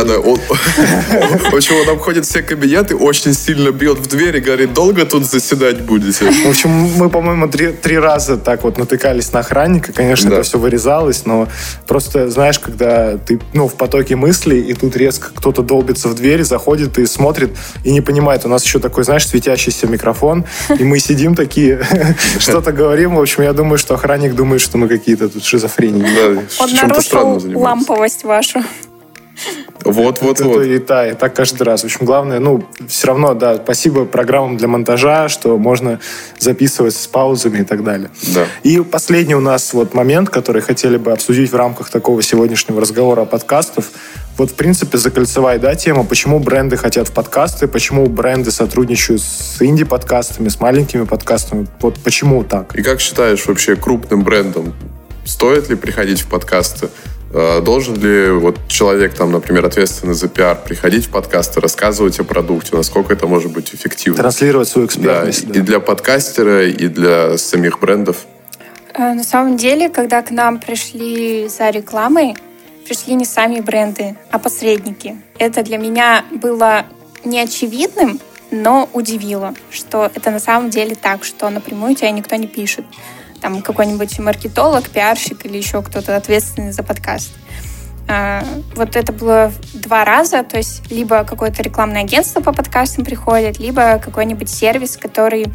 В общем, он обходит все кабинеты, очень сильно бьет в дверь и говорит, долго тут заседать будете? В общем, мы, по-моему, 3 раза так натыкались на охранника. Конечно, это все вырезалось, но просто, знаешь, когда ты в потоке мыслей, и тут резко кто-то долбится в дверь, заходит и смотрит, и не понимает. У нас еще такой, светящийся микрофон, и мы сидим такие, что-то говорим. В общем, я думаю, что охранник думает, что мы какие-то тут шизофреники. Он нарушил ламповость вашу. Вот. И так каждый раз. В общем, главное, все равно, спасибо программам для монтажа, что можно записывать с паузами и так далее. Да. И последний у нас момент, который хотели бы обсудить в рамках такого сегодняшнего разговора о подкастах. В принципе, закольцевая, тема, почему бренды хотят в подкасты, почему бренды сотрудничают с инди-подкастами, с маленькими подкастами. Почему так? И как считаешь, вообще крупным брендам стоит ли приходить в подкасты? Должен ли человек, например, ответственный за пиар, приходить в подкасты, рассказывать о продукте, насколько это может быть эффективно? Транслировать свою экспертность. Да. И для подкастера, и для самих брендов. На самом деле, когда к нам пришли за рекламой, пришли не сами бренды, а посредники. Это для меня было неочевидным, но удивило, что это на самом деле так, что напрямую тебя никто не пишет. Какой-нибудь маркетолог, пиарщик или еще кто-то ответственный за подкаст. Это было 2 раза, то есть либо какое-то рекламное агентство по подкастам приходит, либо какой-нибудь сервис, который,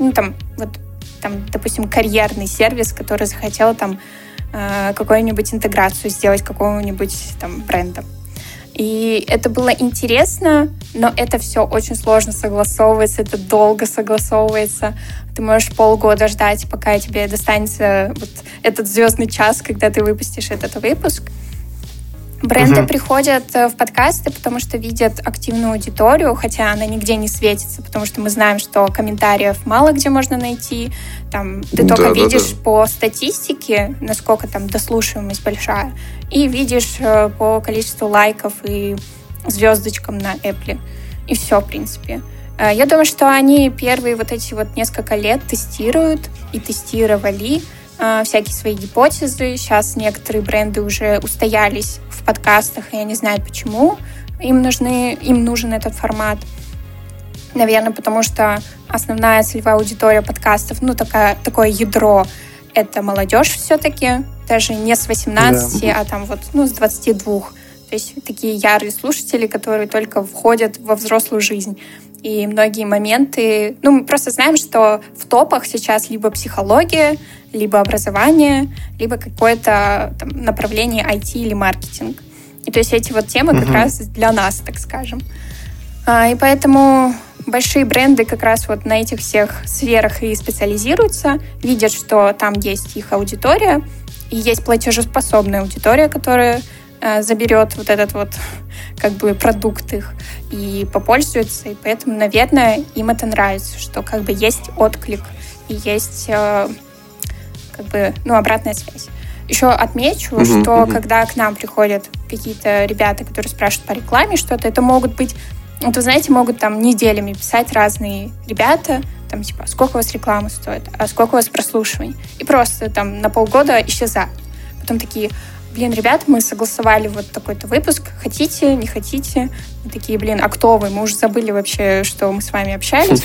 допустим, карьерный сервис, который захотел какую-нибудь интеграцию сделать какого-нибудь бренда. И это было интересно, но это все очень сложно согласовывается, это долго согласовывается. Ты можешь полгода ждать, пока тебе достанется вот этот звездный час, когда ты выпустишь этот выпуск. Бренды приходят в подкасты, потому что видят активную аудиторию, хотя она нигде не светится, потому что мы знаем, что комментариев мало где можно найти. Там, ты только видишь по статистике, насколько там дослушиваемость большая, и видишь по количеству лайков и звездочкам на Apple. И все, в принципе. Я думаю, что они первые вот эти вот несколько лет тестируют и тестировали всякие свои гипотезы. Сейчас некоторые бренды уже устоялись в подкастах, и я не знаю, почему им нужен этот формат. Наверное, потому что основная целевая аудитория подкастов, такое ядро, это молодежь все-таки, даже не с 18, а там вот, с 22. То есть такие ярые слушатели, которые только входят во взрослую жизнь. И многие моменты... мы просто знаем, что в топах сейчас либо психология, либо образование, либо какое-то там направление IT или маркетинг. И то есть эти вот темы как раз для нас, так скажем. И поэтому большие бренды как раз вот на этих всех сферах и специализируются, видят, что там есть их аудитория, и есть платежеспособная аудитория, которая заберет вот этот вот как бы продукт их и попользуется. И поэтому, наверное, им это нравится, что как бы есть отклик и есть обратная связь. Еще отмечу, что когда к нам приходят какие-то ребята, которые спрашивают по рекламе что-то, это могут быть, вы знаете, могут там неделями писать разные ребята, там типа, сколько у вас рекламы стоит, а сколько у вас прослушиваний. И просто там на полгода исчезают. Потом такие: ребят, мы согласовали вот такой-то выпуск, хотите, не хотите? Мы такие: а кто вы? Мы уже забыли вообще, что мы с вами общались.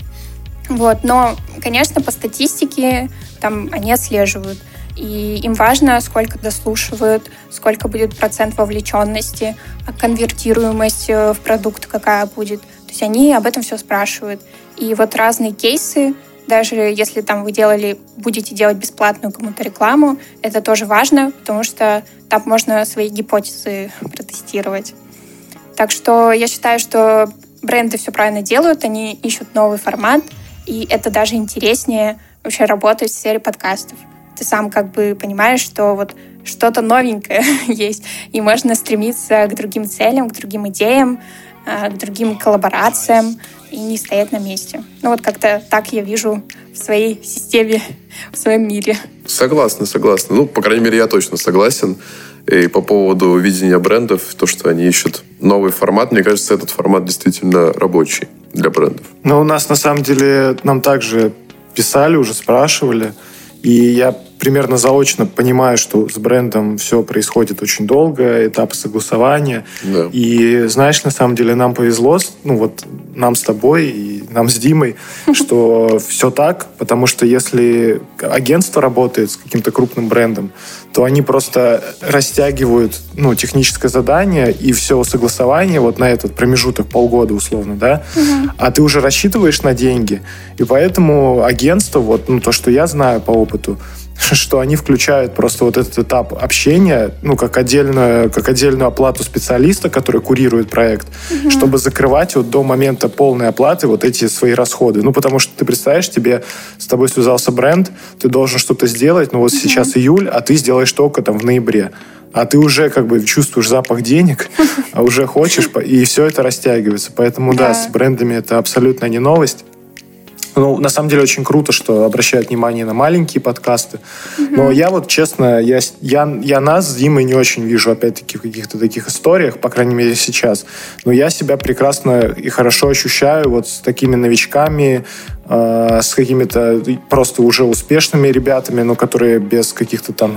Вот, но, конечно, по статистике там они отслеживают. И им важно, сколько дослушивают, сколько будет процент вовлеченности, конвертируемость в продукт какая будет. То есть они об этом все спрашивают. И вот разные кейсы, даже если там вы будете делать бесплатную кому-то рекламу, это тоже важно, потому что там можно свои гипотезы протестировать. Так что я считаю, что бренды все правильно делают, они ищут новый формат, и это даже интереснее вообще работать в сфере подкастов. Ты сам как бы понимаешь, что вот что-то новенькое есть, и можно стремиться к другим целям, к другим идеям, к другим коллаборациям и не стоять на месте. Вот как-то так я вижу в своей системе, в своем мире. Согласна. По крайней мере, я точно согласен. И по поводу видения брендов, то, что они ищут новый формат, мне кажется, этот формат действительно рабочий для брендов. У нас, на самом деле, нам также писали, уже спрашивали, и я примерно заочно понимаю, что с брендом все происходит очень долго, этапы согласования. Да. И, знаешь, на самом деле нам повезло, нам с тобой и нам с Димой, что все так, потому что если агентство работает с каким-то крупным брендом, то они просто растягивают техническое задание и все согласование вот на этот промежуток полгода условно, да, а ты уже рассчитываешь на деньги, и поэтому агентство, то, что я знаю по опыту, что они включают просто вот этот этап общения, как отдельную оплату специалиста, который курирует проект, чтобы закрывать вот до момента полной оплаты вот эти свои расходы. Потому что ты представляешь, с тобой связался бренд, ты должен что-то сделать, сейчас июль, а ты сделаешь только там в ноябре. А ты уже как бы чувствуешь запах денег, а уже хочешь, и все это растягивается. Поэтому, да, с брендами это абсолютно не новость. На самом деле очень круто, что обращают внимание на маленькие подкасты. Но я честно, я нас с Димой не очень вижу, опять-таки, в каких-то таких историях, по крайней мере, сейчас. Но я себя прекрасно и хорошо ощущаю с такими новичками, с какими-то просто уже успешными ребятами, которые без каких-то там,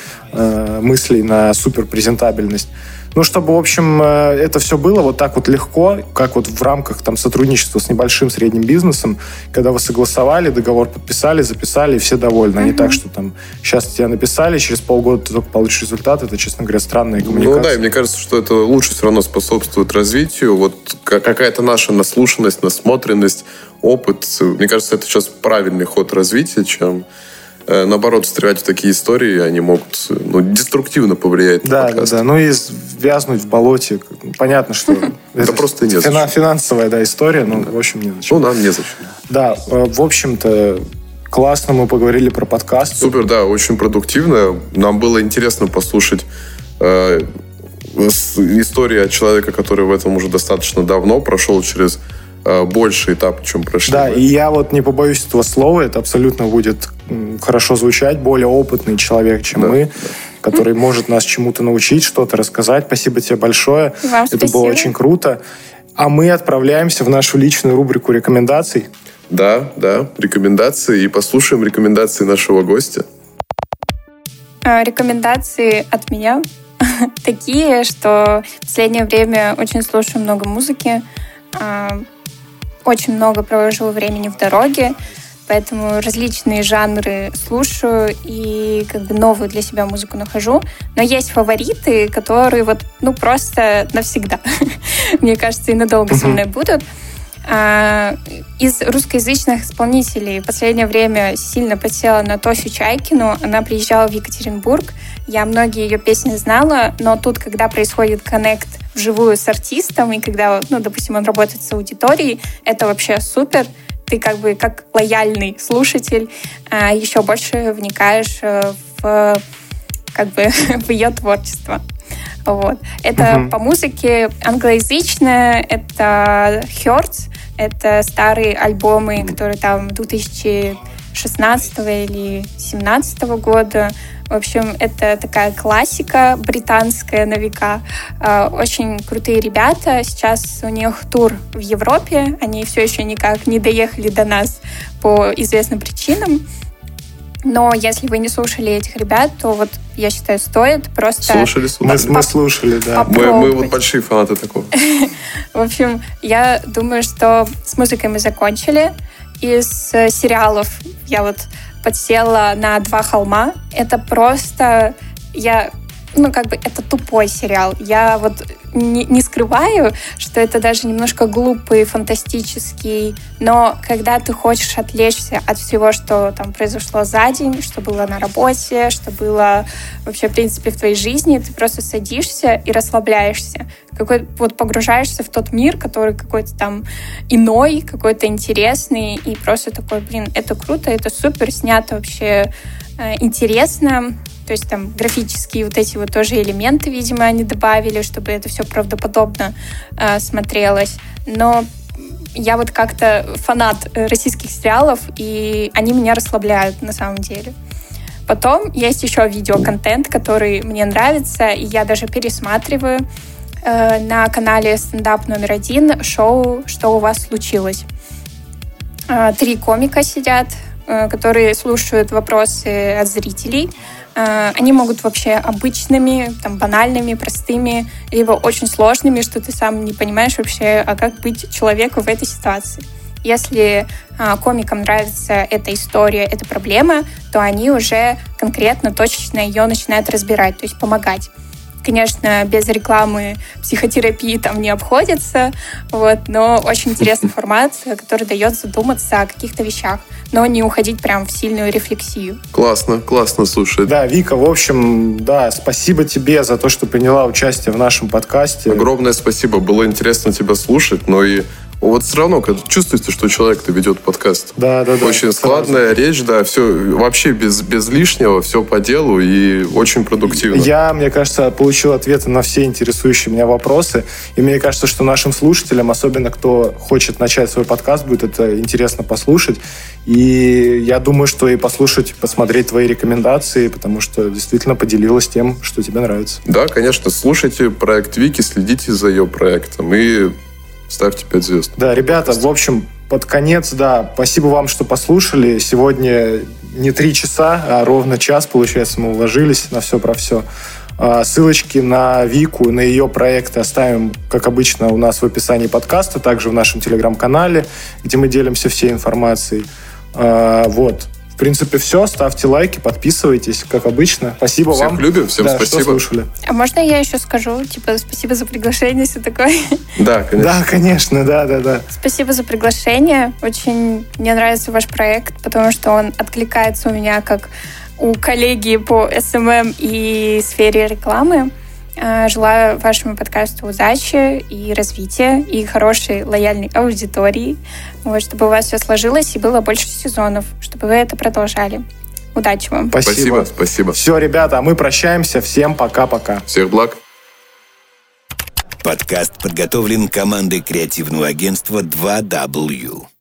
мыслей на суперпрезентабельность. Чтобы, в общем, это все было вот так вот легко, как в рамках там сотрудничества с небольшим средним бизнесом, когда вы согласовали, договор подписали, записали, и все довольны. А не так, что там сейчас тебя написали, через полгода ты только получишь результат. Это, честно говоря, странная коммуникация. И мне кажется, что это лучше все равно способствует развитию. Какая-то наша наслушанность, насмотренность, опыт. Мне кажется, это сейчас правильный ход развития, чем наоборот, встревать в такие истории, они могут деструктивно повлиять на подкаст. Да. Ну и вязнуть в болоте. Понятно, что это просто незачем. Финансовая история, но, в общем, незачем. Нам незачем. Да, в общем-то, классно мы поговорили про подкаст. Супер, да, очень продуктивно. Нам было интересно послушать историю от человека, который в этом уже достаточно давно прошел через больше этапов, чем прошли. Да, и я не побоюсь этого слова, это абсолютно будет хорошо звучать, более опытный человек, чем мы, который может нас чему-то научить, что-то рассказать. Спасибо тебе большое. Вам это было очень круто. А мы отправляемся в нашу личную рубрику рекомендаций. Да, рекомендации. И послушаем рекомендации нашего гостя. Рекомендации от меня такие, что в последнее время очень слушаю много музыки, очень много провожу времени в дороге, поэтому различные жанры слушаю и новую для себя музыку нахожу. Но есть фавориты, которые просто навсегда. Мне кажется, и надолго со мной будут. Из русскоязычных исполнителей в последнее время сильно подсела на Тосю Чайкину. Она приезжала в Екатеринбург. Я многие ее песни знала, но тут, когда происходит коннект вживую с артистом, и когда, допустим, он работает с аудиторией, это вообще супер. Ты как лояльный слушатель еще больше вникаешь в ее творчество. Вот. Это по музыке англоязычное, это Hurts, это старые альбомы, которые там 2016 или 2017 года. В общем, это такая классика британская на века. Очень крутые ребята. Сейчас у них тур в Европе. Они все еще никак не доехали до нас по известным причинам. Но если вы не слушали этих ребят, то я считаю, стоит просто... Слушали. Мы слушали, да. Мы большие фанаты такого. В общем, я думаю, что с музыкой мы закончили. Из сериалов я подсела на «Два холма». Это просто... это тупой сериал. Я не скрываю, что это даже немножко глупый, фантастический, но когда ты хочешь отвлечься от всего, что там произошло за день, что было на работе, что было вообще, в принципе, в твоей жизни, ты просто садишься и расслабляешься. Погружаешься в тот мир, который какой-то там иной, какой-то интересный, и просто такой, это круто, это супер, снято вообще интересно. То есть там графические эти тоже элементы, видимо, они добавили, чтобы это все правдоподобно смотрелось. Но я как-то фанат российских сериалов, и они меня расслабляют на самом деле. Потом есть еще видеоконтент, который мне нравится, и я даже пересматриваю на канале «Стендап номер 1» шоу «Что у вас случилось?». 3 комика сидят, которые слушают вопросы от зрителей. Они могут вообще обычными, банальными, простыми, либо очень сложными, что ты сам не понимаешь вообще, как быть человеку в этой ситуации. Если комикам нравится эта история, эта проблема, то они уже конкретно, точечно ее начинают разбирать, то есть помогать. Конечно, без рекламы психотерапии там не обходится, но очень интересный формат, который дает задуматься о каких-то вещах, но не уходить прям в сильную рефлексию. Классно, слушай. Да, Вика, в общем, спасибо тебе за то, что приняла участие в нашем подкасте. Огромное спасибо, было интересно тебя слушать, но и все равно, когда чувствуется, что человек-то ведет подкаст. Да. Очень складная речь, все вообще без лишнего, все по делу и очень продуктивно. Я, мне кажется, получил ответы на все интересующие меня вопросы. И мне кажется, что нашим слушателям, особенно кто хочет начать свой подкаст, будет это интересно послушать. И я думаю, что и посмотреть твои рекомендации, потому что действительно поделилась тем, что тебе нравится. Да, конечно, слушайте проект Вики, следите за ее проектом и ставьте 5 звезд. Да, ребята, в общем, под конец, спасибо вам, что послушали. Сегодня не 3 часа, а ровно час, получается, мы уложились на все про все. Ссылочки на Вику, на ее проекты оставим, как обычно, у нас в описании подкаста, также в нашем телеграм-канале, где мы делимся всей информацией. В В принципе, все. Ставьте лайки, подписывайтесь, как обычно. Спасибо Всех вам. Всех любим, всем спасибо. Что слушали. А можно я еще скажу? Спасибо за приглашение, все такое. Да, конечно. Да, конечно, да. Спасибо за приглашение. Очень мне нравится ваш проект, потому что он откликается у меня как у коллеги по SMM и сфере рекламы. Желаю вашему подкасту удачи и развития, и хорошей, лояльной аудитории, чтобы у вас все сложилось и было больше сезонов, чтобы вы это продолжали. Удачи вам. Спасибо. Все, ребята, а мы прощаемся. Всем пока-пока. Всех благ. Подкаст подготовлен командой креативного агентства 2W.